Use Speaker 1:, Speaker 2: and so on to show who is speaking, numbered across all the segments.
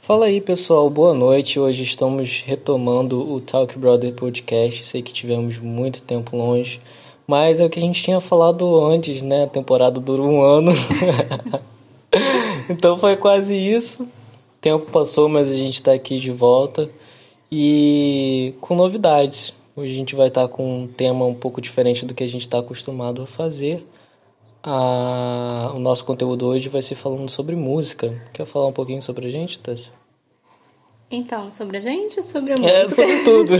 Speaker 1: Fala aí, pessoal, boa noite. Hoje estamos retomando o Talk Brother Podcast. Sei que tivemos muito tempo longe, mas é o que a gente tinha falado antes, né? A temporada durou um ano, então foi quase isso. O tempo passou, mas a gente está aqui de volta e com novidades. Hoje a gente vai estar com um tema um pouco diferente do que a gente está acostumado a fazer. O nosso conteúdo hoje vai ser falando sobre música. Quer falar um pouquinho sobre a gente, Tess?
Speaker 2: Então, sobre a gente ou sobre a música?
Speaker 1: Sobre tudo.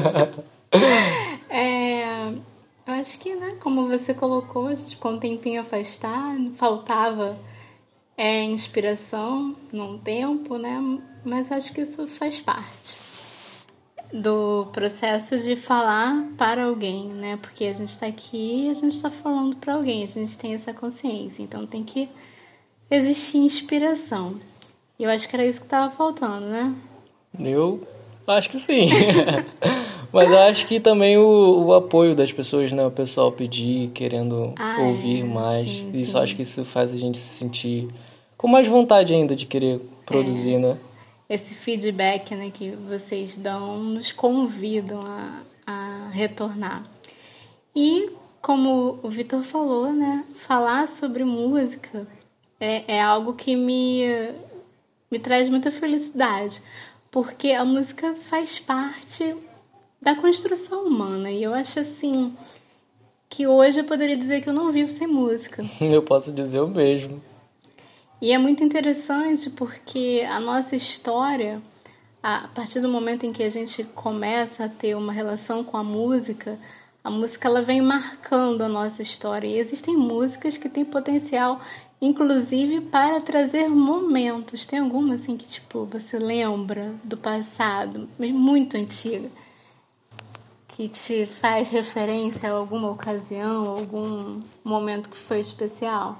Speaker 2: Eu acho que, né, como você colocou, a gente ficou um tempinho afastado, faltava inspiração num tempo, né? Mas acho que isso faz parte do processo de falar para alguém, né? Porque a gente está aqui e a gente está falando para alguém, a gente tem essa consciência, então tem que existir inspiração. E eu acho que era isso que estava faltando, né?
Speaker 1: Eu acho que sim. Mas eu acho que também o apoio das pessoas, né? O pessoal pedir, querendo ouvir mais.
Speaker 2: Sim,
Speaker 1: Isso
Speaker 2: sim.
Speaker 1: acho que isso faz a gente se sentir com mais vontade ainda de querer produzir, né?
Speaker 2: Esse feedback, né, que vocês dão nos convidam a retornar. E, como o Vitor falou, né, falar sobre música é algo que me traz muita felicidade, porque a música faz parte da construção humana. E eu acho assim que hoje eu poderia dizer que eu não vivo sem música.
Speaker 1: Eu posso dizer o mesmo.
Speaker 2: E é muito interessante porque a nossa história, a partir do momento em que a gente começa a ter uma relação com a música ela vem marcando a nossa história. E existem músicas que têm potencial, inclusive, para trazer momentos. Tem alguma assim que, tipo, você lembra do passado, muito antiga, que te faz referência a alguma ocasião, algum momento que foi especial?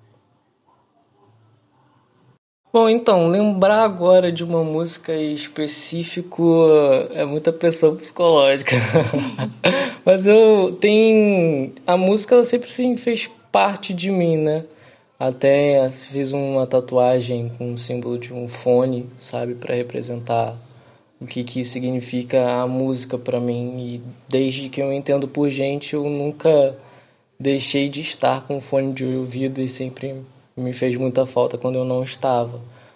Speaker 1: Bom, então, lembrar agora de uma música em específico é muita pressão psicológica. Mas eu tenho. A música ela sempre sim fez parte de mim, né? Até fiz uma tatuagem com o símbolo de um fone, sabe? Para representar o que significa a música para mim. E desde que eu entendo por gente, eu nunca deixei de estar com fone de ouvido e sempre me fez muita falta quando eu não estava.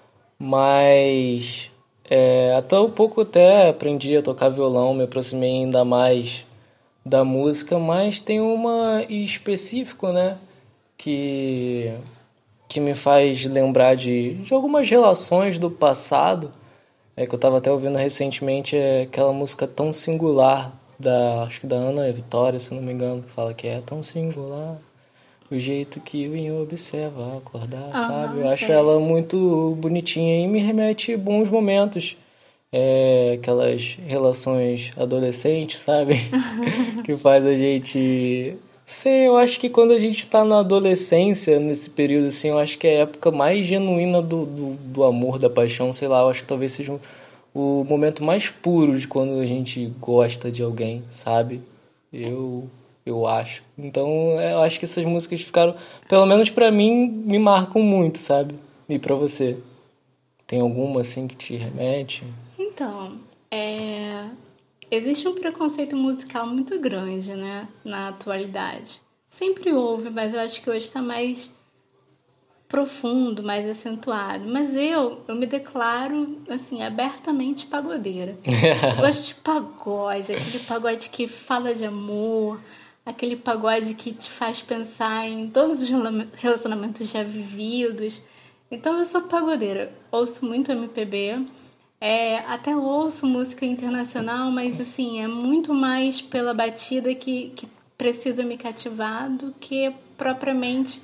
Speaker 1: Mas até um pouco até aprendi a tocar violão, me aproximei ainda mais da música, mas tem uma em específico, né, que que me faz lembrar de algumas relações do passado, que eu estava até ouvindo recentemente, aquela música Tão Singular acho que da Ana Vitória, se eu não me engano, que fala que é tão singular o jeito que me observa acordar, sabe? Eu acho
Speaker 2: Sei.
Speaker 1: ela muito bonitinha e me remete a bons momentos. Aquelas relações adolescentes, sabe? Que faz a gente. Sei, eu acho que quando a gente tá na adolescência, nesse período assim, eu acho que é a época mais genuína do amor, da paixão, sei lá, eu acho que talvez seja o momento mais puro de quando a gente gosta de alguém, sabe? Eu, eu acho. Então, eu acho que essas músicas ficaram, pelo menos pra mim, me marcam muito, sabe? E pra você? Tem alguma assim que te remete?
Speaker 2: Então, existe um preconceito musical muito grande, né, na atualidade. Sempre houve, mas eu acho que hoje está mais profundo, mais acentuado. Mas eu me declaro, assim, abertamente pagodeira. Eu gosto de pagode, aquele pagode que fala de amor, aquele pagode que te faz pensar em todos os relacionamentos já vividos. Então eu sou pagodeira, ouço muito MPB, até ouço música internacional, mas assim, é muito mais pela batida que precisa me cativar do que propriamente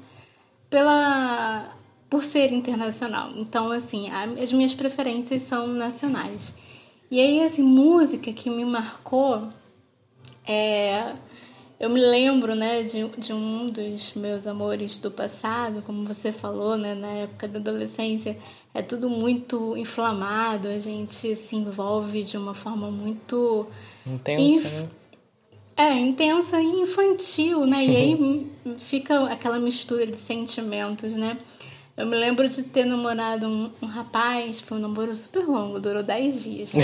Speaker 2: por ser internacional. Então, assim, as minhas preferências são nacionais. E aí, assim, música que me marcou eu me lembro, né, de um dos meus amores do passado, como você falou, né, na época da adolescência, é tudo muito inflamado, a gente se envolve de uma forma muito
Speaker 1: Intensa,
Speaker 2: inf...
Speaker 1: né?
Speaker 2: intensa e infantil, né? E aí fica aquela mistura de sentimentos, né? Eu me lembro de ter namorado um rapaz, foi um namoro super longo, durou 10 dias.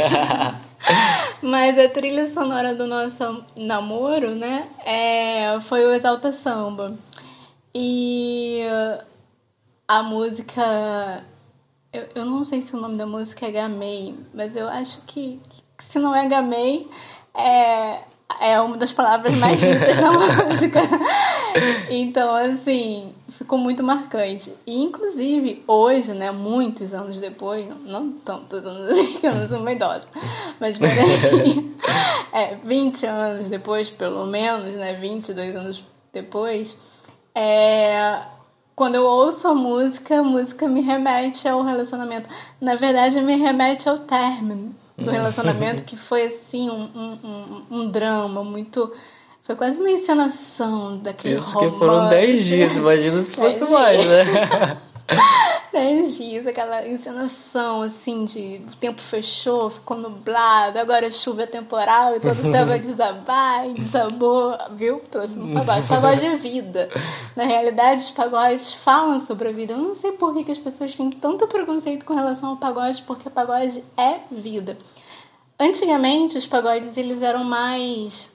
Speaker 2: Mas a trilha sonora do nosso namoro, né, foi o Exalta Samba. E a música, eu não sei se o nome da música é Gamei, mas eu acho que se não é Gamei, é uma das palavras mais ditas da música. Então, assim, ficou muito marcante. E, inclusive, hoje, né, muitos anos depois, não tantos anos assim, que eu não sou uma idosa, mas peraí, 20 anos depois, pelo menos, né, 22 anos depois, quando eu ouço a música me remete ao relacionamento. Na verdade, me remete ao término do relacionamento, que foi, assim, um drama muito... Foi quase uma encenação daquele
Speaker 1: Isso
Speaker 2: romance.
Speaker 1: porque foram 10 dias, imagina se fosse mais, né?
Speaker 2: 10 dias, aquela encenação, assim, de o tempo fechou, ficou nublado, agora a chuva é temporal e todo o céu vai desabar, e desabou, viu? Trouxe um pagode. Pagode é vida. Na realidade, os pagodes falam sobre a vida. Eu não sei por que as pessoas têm tanto preconceito com relação ao pagode, porque pagode é vida. Antigamente, os pagodes, eles eram mais...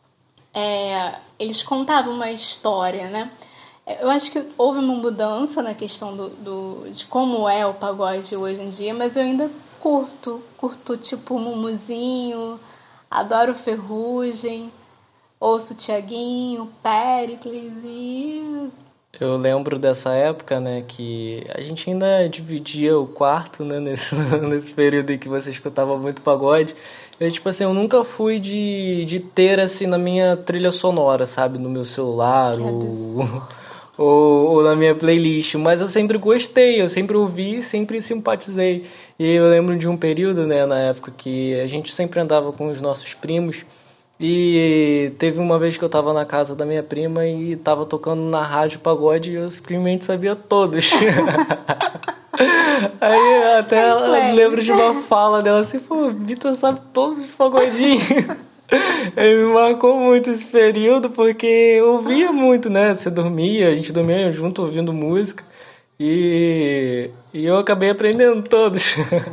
Speaker 2: eles contavam uma história, né? Eu acho que houve uma mudança na questão de como é o pagode hoje em dia, mas eu ainda curto tipo Mumuzinho, adoro Ferrugem, ouço Tiaguinho, Péricles e...
Speaker 1: Eu lembro dessa época, né, que a gente ainda dividia o quarto, né, nesse período em que você escutava muito pagode. Eu, tipo assim, eu nunca fui de ter, assim, na minha trilha sonora, sabe, no meu celular ou na minha playlist, mas eu sempre gostei, eu sempre ouvi, sempre simpatizei. E eu lembro de um período, né, na época que a gente sempre andava com os nossos primos, e teve uma vez que eu tava na casa da minha prima e tava tocando na rádio pagode e eu simplesmente sabia todos. Aí até ela lembro de uma fala dela assim, pô, Vitor sabe todos os pagodinhos. Aí me marcou muito esse período porque eu ouvia muito, né? Você dormia, a gente dormia junto ouvindo música e eu acabei aprendendo todos.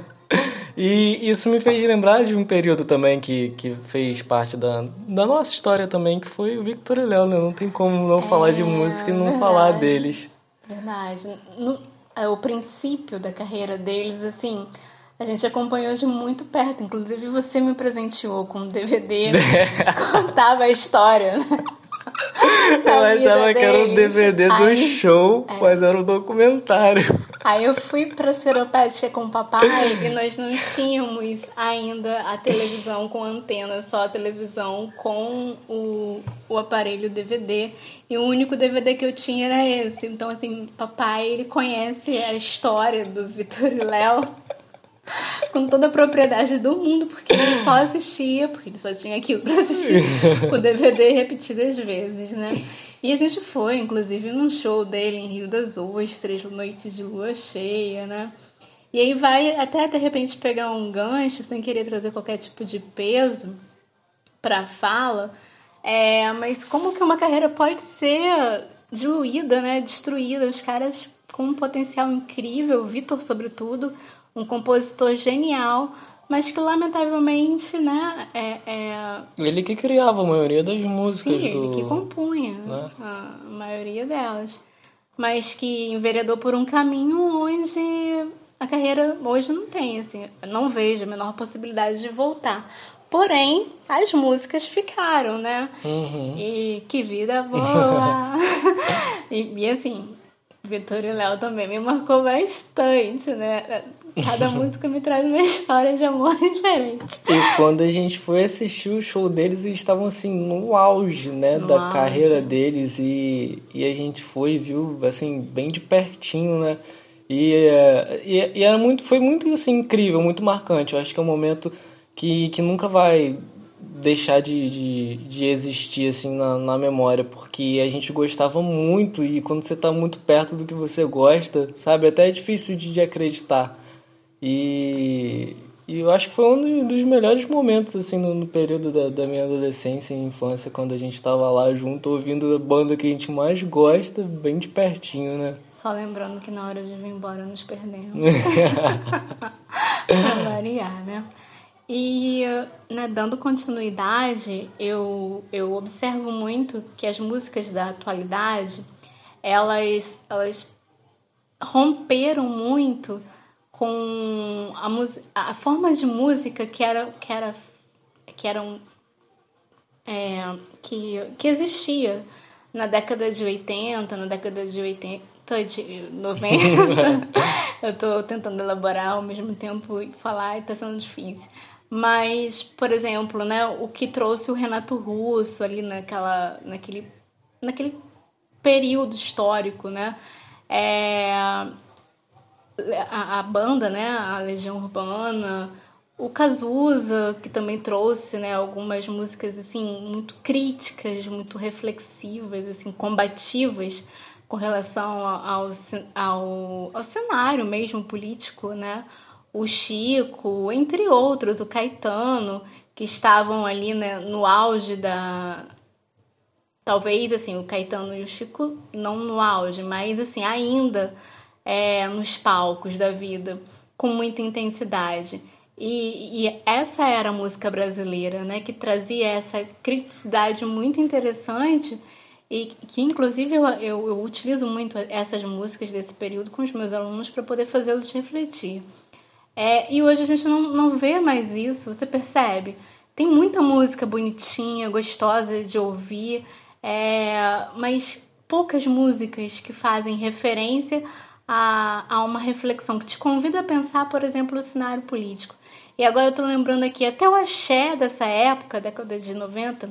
Speaker 1: E isso me fez lembrar de um período também que fez parte da nossa história também, que foi o Victor e Léo, né? Não tem como não falar de música e não
Speaker 2: verdade,
Speaker 1: falar deles.
Speaker 2: Verdade. O princípio da carreira deles, assim, a gente acompanhou de muito perto. Inclusive, você me presenteou com um DVD que contava a história, né?
Speaker 1: Eu achava que era um DVD do show, mas era um documentário.
Speaker 2: Aí eu fui pra Seropédica com o papai e nós não tínhamos ainda a televisão com antena, só a televisão com o aparelho DVD. E o único DVD que eu tinha era esse. Então, assim, papai, ele conhece a história do Vitor e Léo com toda a propriedade do mundo, porque ele só assistia, porque ele só tinha aquilo pra assistir, o DVD repetidas vezes, né? E a gente foi, inclusive, num show dele em Rio das Ostras, Noite de Lua Cheia, né? E aí vai até, de repente, pegar um gancho, sem querer trazer qualquer tipo de peso pra fala, mas como que uma carreira pode ser diluída, né? Destruída, os caras com um potencial incrível, o Vitor, sobretudo, um compositor genial, mas que lamentavelmente, né,
Speaker 1: Ele que criava a maioria das músicas.
Speaker 2: Sim, ele que compunha, né? A maioria delas, mas que enveredou por um caminho onde a carreira hoje não tem, assim, eu não vejo a menor possibilidade de voltar. Porém, as músicas ficaram, né?
Speaker 1: Uhum.
Speaker 2: E que vida boa! e assim, Vitor e Léo também me marcou bastante, né? Cada música me traz uma história de amor diferente.
Speaker 1: E quando a gente foi assistir o show deles, eles estavam assim no auge, né, da carreira deles e a gente foi e viu assim bem de pertinho, né? E era foi muito assim incrível, muito marcante. Eu acho que é um momento que nunca vai deixar de existir assim na memória, porque a gente gostava muito e quando você tá muito perto do que você gosta, sabe, até é difícil de acreditar. E E eu acho que foi um dos melhores momentos, assim, no período da minha adolescência e infância, quando a gente tava lá junto, ouvindo a banda que a gente mais gosta, bem de pertinho, né?
Speaker 2: Só lembrando que na hora de vir embora nos perdemos. Pra variar, né? E, né, dando continuidade, eu observo muito que as músicas da atualidade, elas romperam muito com a forma de música que existia na década de 80, na década de 80, de 90. Eu tô tentando elaborar ao mesmo tempo e falar e tá sendo difícil. Mas, por exemplo, né, o que trouxe o Renato Russo ali naquele período histórico, né? A banda, né, a Legião Urbana, o Cazuza, que também trouxe, né, algumas músicas assim muito críticas, muito reflexivas, assim, combativas com relação ao cenário mesmo político, né? O Chico, entre outros, o Caetano, que estavam ali, né, no auge da... Talvez, assim, o Caetano e o Chico não no auge, mas, assim, ainda nos palcos da vida, com muita intensidade. E essa era a música brasileira, né? Que trazia essa criticidade muito interessante e que, inclusive, eu utilizo muito essas músicas desse período com os meus alunos para poder fazê-los refletir. E hoje a gente não vê mais isso, você percebe? Tem muita música bonitinha, gostosa de ouvir, mas poucas músicas que fazem referência a uma reflexão, que te convida a pensar, por exemplo, o cenário político. E agora eu tô lembrando aqui, até o axé dessa época, década de 90,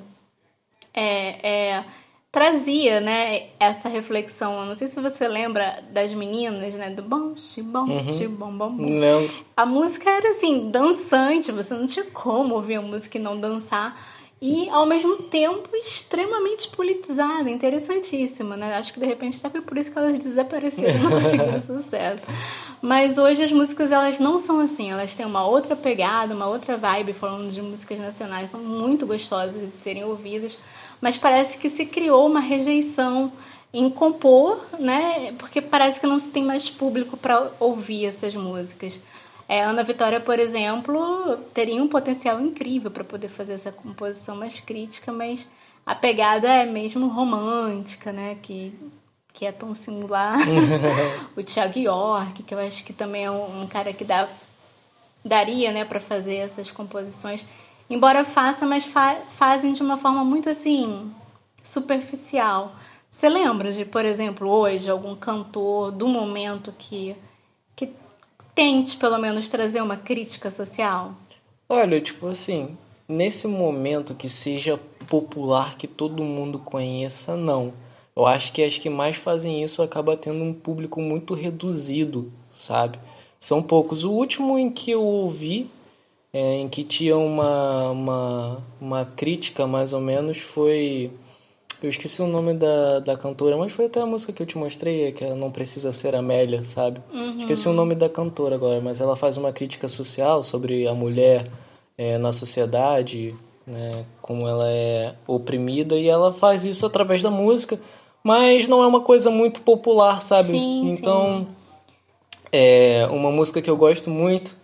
Speaker 2: trazia, né, essa reflexão. Eu não sei se você lembra das meninas, né, do bom, xibom, xibom, bom, bom.
Speaker 1: Lembro.
Speaker 2: A música era assim, dançante, você não tinha como ouvir a música e não dançar. E, ao mesmo tempo, extremamente politizada, interessantíssima, né? Acho que, de repente, até foi por isso que elas desapareceram e não conseguiram sucesso. Mas hoje as músicas, elas não são assim. Elas têm uma outra pegada, uma outra vibe, falando de músicas nacionais. São muito gostosas de serem ouvidas. Mas parece que se criou uma rejeição em compor, né? Porque parece que não se tem mais público para ouvir essas músicas. Ana Vitória, por exemplo, teria um potencial incrível para poder fazer essa composição mais crítica, mas a pegada é mesmo romântica, né? Que é tão singular. O Thiago York, que eu acho que também é um cara que daria, né, para fazer essas composições. Embora faça, mas fazem de uma forma muito assim superficial. Você lembra de, por exemplo, hoje, algum cantor do momento que tente, pelo menos, trazer uma crítica social?
Speaker 1: Olha, tipo assim, nesse momento que seja popular, que todo mundo conheça, não. Eu acho que as que mais fazem isso acaba tendo um público muito reduzido, sabe? São poucos. O último em que eu ouvi, em que tinha uma crítica mais ou menos, foi... Eu esqueci o nome da cantora, mas foi até a música que eu te mostrei, que ela Não Precisa Ser Amélia, sabe? Esqueci o nome da cantora agora, mas ela faz uma crítica social sobre a mulher na sociedade, né? Como ela é oprimida, e ela faz isso através da música, mas não é uma coisa muito popular, sabe?
Speaker 2: Sim,
Speaker 1: Então,
Speaker 2: sim.
Speaker 1: uma música que eu gosto muito,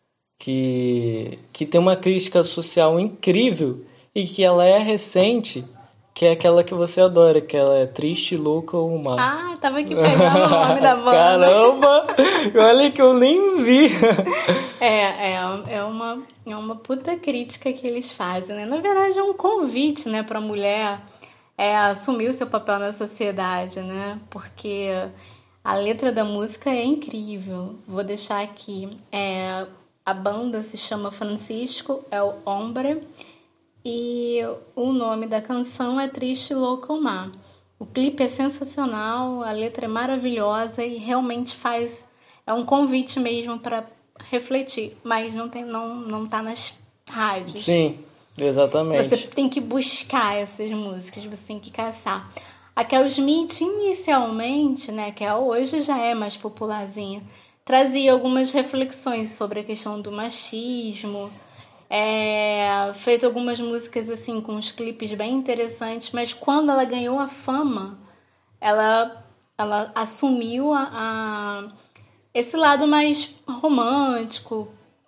Speaker 1: que tem uma crítica social incrível e que ela é recente, que é aquela que você adora, que ela é Triste, Louca ou Má.
Speaker 2: Ah, tava aqui pegando o nome da banda.
Speaker 1: Caramba! Olha que eu nem vi.
Speaker 2: É uma puta crítica que eles fazem, né? Na verdade, é um convite, né, pra mulher assumir o seu papel na sociedade, né? Porque a letra da música é incrível. Vou deixar aqui. A banda se chama Francisco El Hombre e o nome da canção é Triste, Louca ou Má. O clipe é sensacional, a letra é maravilhosa e realmente é um convite mesmo para refletir, mas não tá nas rádios.
Speaker 1: Sim, exatamente.
Speaker 2: Você tem que buscar essas músicas, você tem que caçar. A Kel Smith, inicialmente, né, que hoje já é mais popularzinha, trazia algumas reflexões sobre a questão do machismo. Fez algumas músicas assim com uns clipes bem interessantes, mas quando ela ganhou a fama, ela assumiu esse lado mais romântico,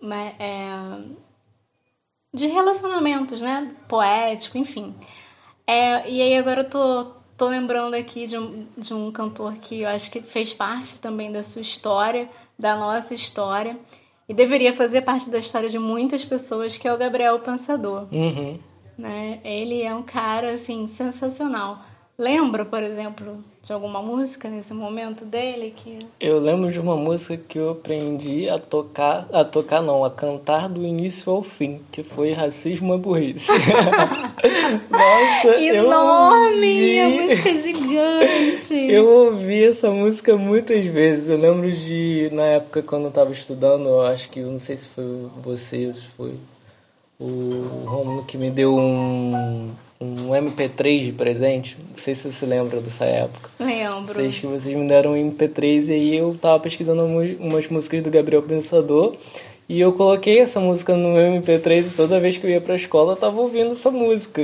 Speaker 2: de relacionamentos, né? Poético, enfim. E aí agora eu tô lembrando aqui de um cantor que eu acho que fez parte também da sua história, da nossa história, e deveria fazer parte da história de muitas pessoas, que é o Gabriel Pensador.
Speaker 1: Uhum.
Speaker 2: Né? Ele é um cara, assim, sensacional. Lembra, por exemplo, de alguma música nesse momento dele que...
Speaker 1: Eu lembro de uma música que eu aprendi a cantar do início ao fim, que foi Racismo é Burrice. Nossa,
Speaker 2: enorme! A música é gigante!
Speaker 1: Eu ouvi essa música muitas vezes. Eu lembro de, na época, quando eu tava estudando, eu acho que, eu não sei se foi você ou se foi o Romulo que me deu um MP3 de presente. Não sei se você lembra dessa época.
Speaker 2: Lembro.
Speaker 1: Sei que vocês me deram um MP3 e aí eu tava pesquisando umas músicas do Gabriel Pensador e eu coloquei essa música no meu MP3 e toda vez que eu ia pra escola eu tava ouvindo essa música.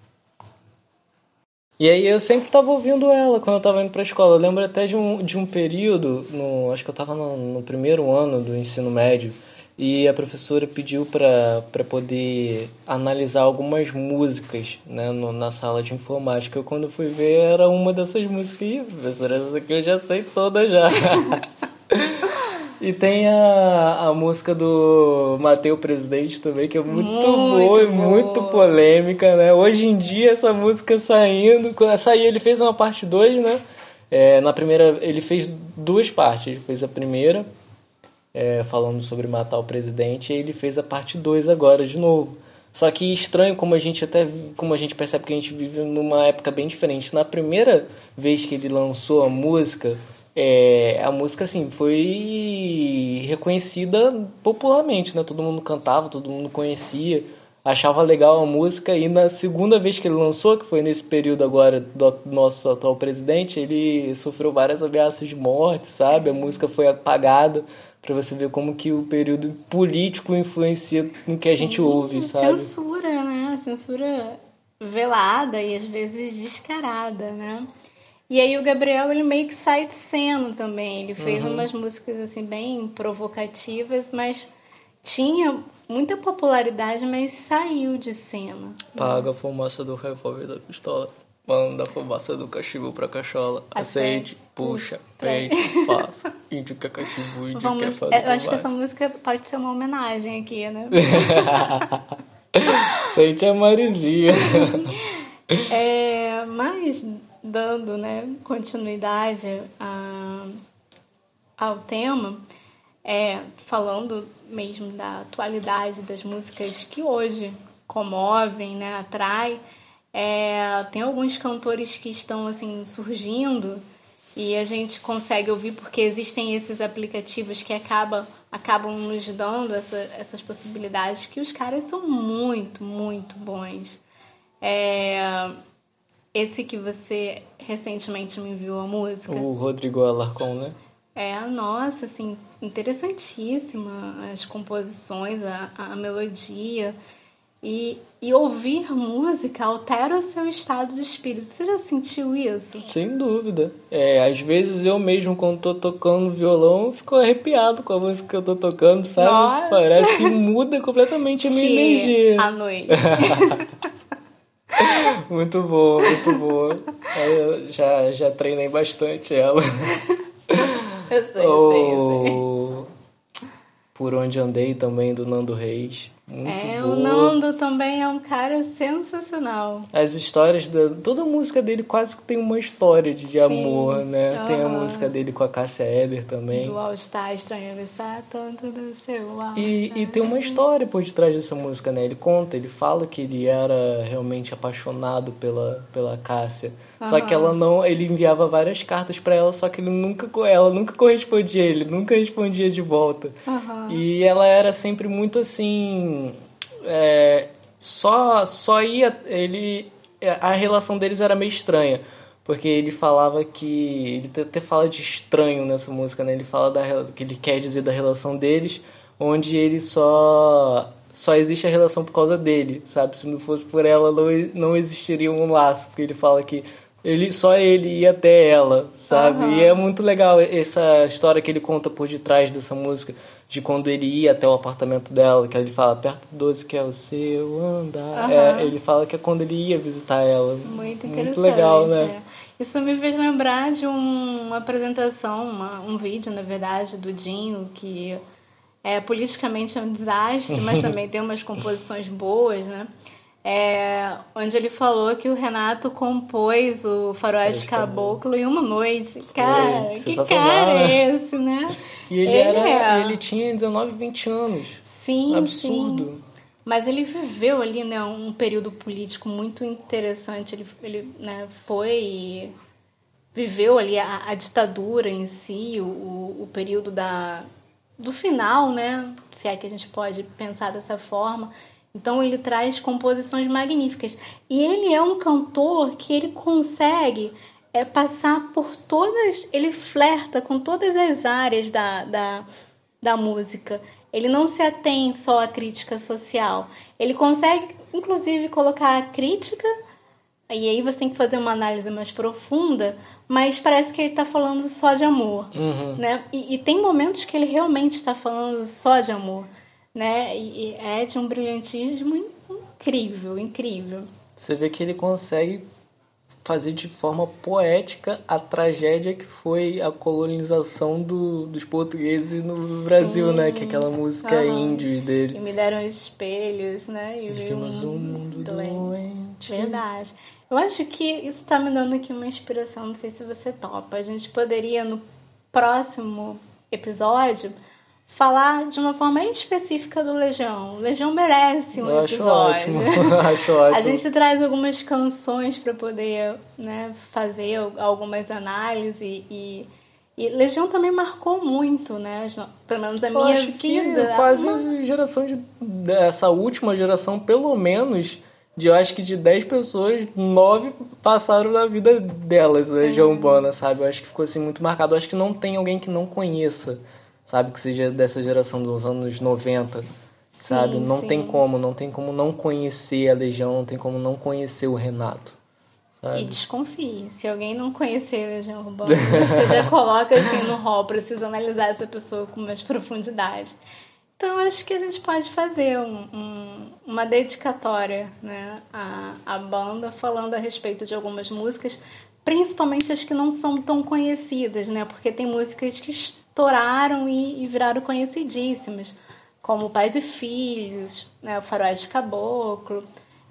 Speaker 1: E aí eu sempre tava ouvindo ela quando eu tava indo pra escola. Eu lembro até de um período, acho que eu tava no primeiro ano do ensino médio, e a professora pediu para poder analisar algumas músicas, né, na sala de informática. Eu, quando fui ver, era uma dessas músicas. Ih, professora, essa aqui eu já sei toda já. E tem a música do Matei o Presidente também, que é muito boa e muito polêmica, né? Hoje em dia, essa música saindo... Quando saiu, ele fez uma parte 2, né? Na primeira, ele fez duas partes. Ele fez a primeira... falando sobre matar o presidente, e ele fez a parte 2 agora de novo. Só que estranho como a gente percebe que a gente vive numa época bem diferente. Na primeira vez que ele lançou a música assim foi reconhecida popularmente, né? Todo mundo cantava, todo mundo conhecia, achava legal a música, e na segunda vez que ele lançou, que foi nesse período agora do nosso atual presidente, ele sofreu várias ameaças de morte, sabe? A música foi apagada, pra você ver como que o período político influencia no que a gente ouve, sabe?
Speaker 2: Censura, né? Censura velada e às vezes descarada, né? E aí o Gabriel, ele meio que sai de cena também. Ele fez umas músicas, assim, bem provocativas, mas tinha muita popularidade, mas saiu de cena.
Speaker 1: Paga a fumaça do revólver da pistola. Manda a fumaça do cachimbo pra cachola. Acende, puxa, prende, passa. Índio que é cachimbo, índio que é fazer.
Speaker 2: Eu acho que essa música pode ser uma homenagem aqui, né?
Speaker 1: Sente a Marizinha.
Speaker 2: Mas dando, né, continuidade ao tema, falando mesmo da atualidade das músicas que hoje comovem, né, atrai. Tem alguns cantores que estão assim surgindo e a gente consegue ouvir porque existem esses aplicativos que acabam nos dando essas possibilidades, que os caras são muito, muito bons. Esse que você recentemente me enviou a música.
Speaker 1: O Rodrigo Alarcon, né?
Speaker 2: Nossa, assim, interessantíssima as composições, a melodia. E ouvir música altera o seu estado de espírito. Você já sentiu isso?
Speaker 1: Sem dúvida. Às vezes eu mesmo, quando tô tocando violão, fico arrepiado com a música que eu tô tocando, sabe?
Speaker 2: Nossa.
Speaker 1: Parece que muda completamente a minha energia.
Speaker 2: À noite.
Speaker 1: Muito boa, muito boa. Eu já treinei bastante ela.
Speaker 2: Eu sei.
Speaker 1: Por Onde Andei também, do Nando Reis. Muito boa.
Speaker 2: O Nando também é um cara sensacional.
Speaker 1: As histórias toda a música dele quase que tem uma história de amor, né? Tem a música dele com a Cássia Eller também.
Speaker 2: Do All Star, Estranho Gostar Tanto do Seu All.
Speaker 1: E tem uma história por detrás dessa música, né? Ele fala que ele era realmente apaixonado pela Cássia. Só que ele enviava várias cartas pra ela, só que ela nunca correspondia, ele nunca respondia de volta. E ela era sempre muito assim, só ia, a relação deles era meio estranha, porque ele falava que... Ele até fala de estranho nessa música, né? Ele fala que ele quer dizer da relação deles, onde ele só existe a relação por causa dele, sabe? Se não fosse por ela, não existiria um laço, porque ele fala que só ele ia até ela, sabe? E é muito legal essa história que ele conta por detrás dessa música, de quando ele ia até o apartamento dela, que ele fala, perto do 12 que é o seu andar. Ele fala que é quando ele ia visitar ela.
Speaker 2: Muito interessante.
Speaker 1: Muito legal, né?
Speaker 2: Isso me fez lembrar de uma apresentação, um vídeo, na verdade, do Dinho, que politicamente é um desastre, mas também tem umas composições boas, né? Onde ele falou que o Renato compôs o Faroeste Caboclo em uma noite. Cara, que cara é esse, né?
Speaker 1: E ele tinha 19, 20 anos.
Speaker 2: Sim,
Speaker 1: absurdo.
Speaker 2: Sim. Mas ele viveu ali, né, um período político muito interessante. Ele né, viveu ali a ditadura em si, o período do final, né? Se é que a gente pode pensar dessa forma. Então ele traz composições magníficas. E ele é um cantor que ele consegue passar por todas... Ele flerta com todas as áreas da música. Ele não se atém só à crítica social. Ele consegue, inclusive, colocar a crítica, e aí você tem que fazer uma análise mais profunda, mas parece que ele está falando só de amor. Né? E tem momentos que ele realmente está falando só de amor. Né? E é de um brilhantismo incrível, incrível.
Speaker 1: Você vê que ele consegue fazer de forma poética a tragédia que foi a colonização dos portugueses no Brasil, sim, né? Que é aquela música Índios dele.
Speaker 2: E me deram espelhos, né? E
Speaker 1: vimos um mundo doente.
Speaker 2: Verdade. Eu acho que isso tá me dando aqui uma inspiração, não sei se você topa. A gente poderia, no próximo episódio, falar de uma forma específica do Legião. O Legião merece um episódio.
Speaker 1: Acho ótimo.
Speaker 2: A gente traz algumas canções para poder, né, fazer algumas análises e Legião também marcou muito, né? Pelo menos a minha
Speaker 1: acho
Speaker 2: vida.
Speaker 1: Que quase essa última geração, pelo menos, eu acho que de 10 pessoas, 9 passaram na vida delas, Legião Urbana, sabe? Eu acho que ficou assim muito marcado. Eu acho que não tem alguém que não conheça, sabe, que seja dessa geração dos anos 90, sabe? Não tem como não conhecer a Legião, não tem como não conhecer o Renato, sabe?
Speaker 2: E desconfie, se alguém não conhecer a Legião Urbana, você já coloca assim no hall, precisa analisar essa pessoa com mais profundidade. Então, acho que a gente pode fazer uma dedicatória, né, à banda, falando a respeito de algumas músicas, principalmente as que não são tão conhecidas, né? Porque tem músicas que estouraram e viraram conhecidíssimas, como Pais e Filhos, né? O Faroeste Caboclo,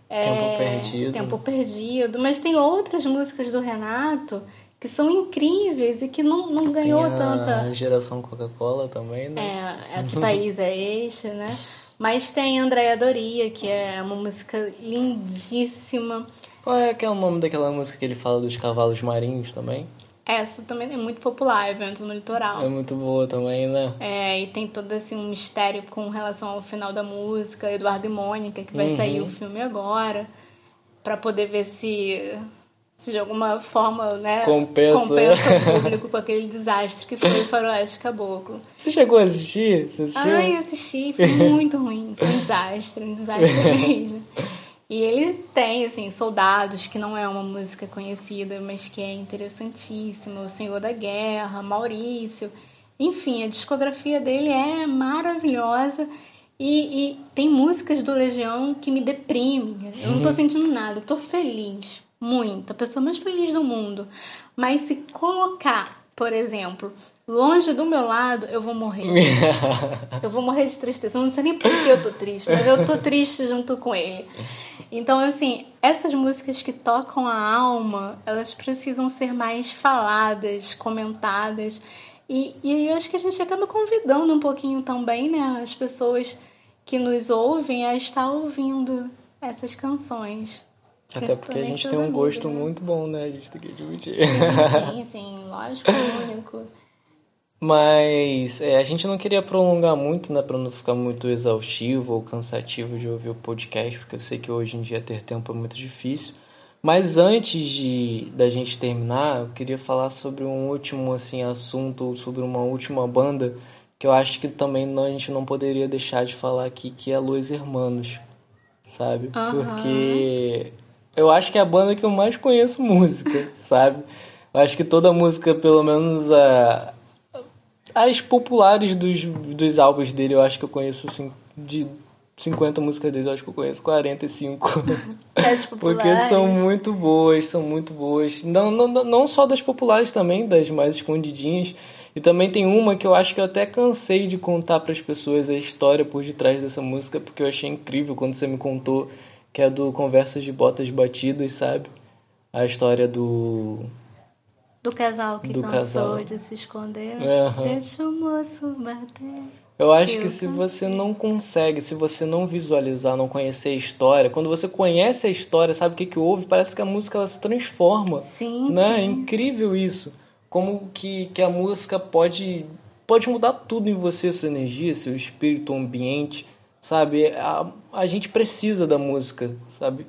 Speaker 2: Tempo Perdido. Mas tem outras músicas do Renato que são incríveis e que não ganhou tanta...
Speaker 1: a Geração Coca-Cola também, né?
Speaker 2: Que país é este, né? Mas tem Andréa Doria, que é uma música lindíssima.
Speaker 1: Qual é que é o nome daquela música que ele fala dos cavalos marinhos também?
Speaker 2: Essa também é muito popular, Vento no Litoral.
Speaker 1: É muito boa também, né?
Speaker 2: E tem todo assim, um mistério com relação ao final da música, Eduardo e Mônica, que vai sair o filme agora, pra poder ver se de alguma forma, né, compensa o público com aquele desastre que foi o Faroeste Caboclo.
Speaker 1: Você chegou a assistir? Você assistiu?
Speaker 2: Eu assisti, foi muito ruim, foi um desastre mesmo. E ele tem, assim, Soldados, que não é uma música conhecida, mas que é interessantíssima, O Senhor da Guerra, Maurício. Enfim, a discografia dele é maravilhosa e tem músicas do Legião que me deprimem. Eu não tô sentindo nada, eu tô feliz, muito, a pessoa mais feliz do mundo. Mas se colocar, por exemplo, longe do meu lado, eu vou morrer. Eu vou morrer de tristeza. Eu não sei nem por que eu tô triste, mas eu tô triste junto com ele. Então, assim, essas músicas que tocam a alma, elas precisam ser mais faladas, comentadas. E eu acho que a gente acaba convidando um pouquinho também, né, as pessoas que nos ouvem a estar ouvindo essas canções.
Speaker 1: Até porque a gente tem um gosto muito bom, né? A gente tem que admitir.
Speaker 2: Sim, lógico, único.
Speaker 1: Mas a gente não queria prolongar muito, né? Pra não ficar muito exaustivo ou cansativo de ouvir o podcast, porque eu sei que hoje em dia ter tempo é muito difícil. Mas antes da gente terminar, eu queria falar sobre um último assim assunto, sobre uma última banda que eu acho que também a gente não poderia deixar de falar aqui, que é Los Hermanos, sabe?
Speaker 2: Aham.
Speaker 1: Porque eu acho que é a banda que eu mais conheço música, sabe? Eu acho que toda música, pelo menos as populares dos álbuns dele, eu acho que eu conheço assim, de 50 músicas dele, eu acho que eu conheço 45.
Speaker 2: As
Speaker 1: Porque são
Speaker 2: populares.
Speaker 1: muito boas, são muito boas. Não só das populares também, das mais escondidinhas. E também tem uma que eu acho que eu até cansei de contar para as pessoas a história por detrás dessa música, porque eu achei incrível quando você me contou, que é do Conversas de Botas Batidas, sabe? A história
Speaker 2: Do casal que
Speaker 1: do
Speaker 2: cansou
Speaker 1: casal.
Speaker 2: de se esconder.
Speaker 1: Aham.
Speaker 2: Deixa o moço bater.
Speaker 1: Eu
Speaker 2: Que
Speaker 1: acho que
Speaker 2: eu
Speaker 1: se você
Speaker 2: cansei.
Speaker 1: não consegue, se você não visualizar, não conhecer a história, quando você conhece a história, sabe o que que houve, parece que a música ela se transforma,
Speaker 2: Sim,
Speaker 1: né? É
Speaker 2: sim.
Speaker 1: incrível isso. Como que a música pode mudar tudo em você, sua energia, seu espírito, o ambiente, sabe? A gente precisa da música, sabe?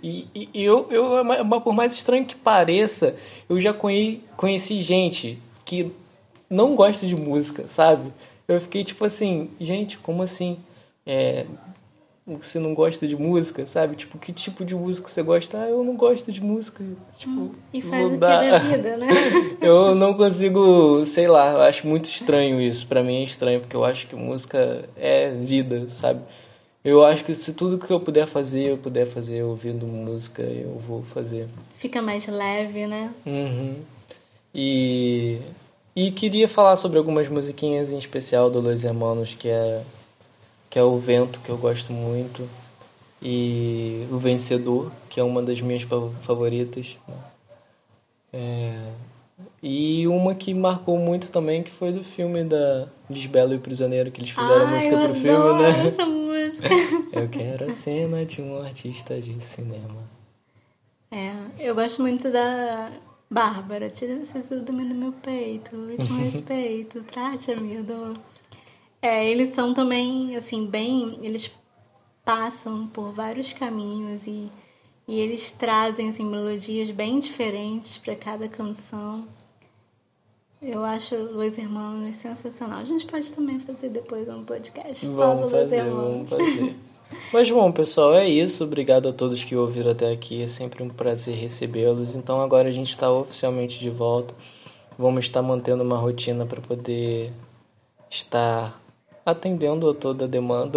Speaker 1: Por mais estranho que pareça, eu já conheci gente que não gosta de música, sabe? Eu fiquei tipo assim, gente, como assim? É, você não gosta de música, sabe? Tipo, que tipo de música você gosta? Ah, eu não gosto de música. Tipo,
Speaker 2: E faz
Speaker 1: não
Speaker 2: o que
Speaker 1: dá.
Speaker 2: da vida, né?
Speaker 1: Eu não consigo, sei lá, eu acho muito estranho isso. Pra mim é estranho, porque eu acho que música é vida, sabe? Eu acho que se tudo que eu puder fazer ouvindo música, eu vou fazer.
Speaker 2: Fica mais leve, né?
Speaker 1: Uhum. E, e queria falar sobre algumas musiquinhas em especial do Los Hermanos, que é o Vento, que eu gosto muito, e o Vencedor, que é uma das minhas favoritas, né? E uma que marcou muito também, que foi do filme da Lisbela e o Prisioneiro, que eles fizeram a
Speaker 2: Ai, eu
Speaker 1: música pro filme,
Speaker 2: adoro
Speaker 1: né?
Speaker 2: essa música.
Speaker 1: Eu quero a cena de um artista de cinema.
Speaker 2: É, eu gosto muito da Bárbara. Tira esse ciúme do meu peito e com respeito, trate-me, eu dou. É, eles são também, assim, bem. Eles passam por vários caminhos e eles trazem, assim, melodias bem diferentes para cada canção. Eu acho Los Hermanos sensacional. A gente pode também fazer depois um podcast só do Los
Speaker 1: Vamos
Speaker 2: Hermanos.
Speaker 1: fazer. Mas bom, pessoal, é isso. Obrigado a todos que ouviram até aqui. É sempre um prazer recebê-los. Então agora a gente está oficialmente de volta. Vamos estar mantendo uma rotina para poder estar atendendo a toda a demanda.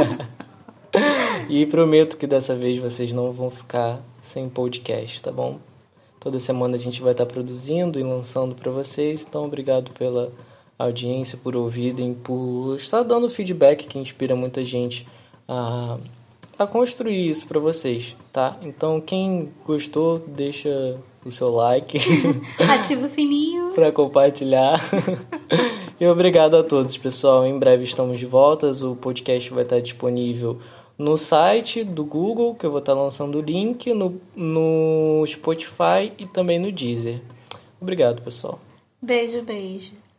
Speaker 1: E prometo que dessa vez vocês não vão ficar sem podcast, tá bom? Toda semana a gente vai estar produzindo e lançando para vocês. Então obrigado pela audiência, por ouvirem, por estar dando feedback que inspira muita gente a, a construir isso para vocês, tá? Então quem gostou, deixa o seu like
Speaker 2: Ativa o sininho.
Speaker 1: para compartilhar. E obrigado a todos, pessoal. Em breve estamos de volta. O podcast vai estar disponível no site do Google, que eu vou estar lançando o link, no Spotify e também no Deezer. Obrigado, pessoal.
Speaker 2: Beijo, beijo.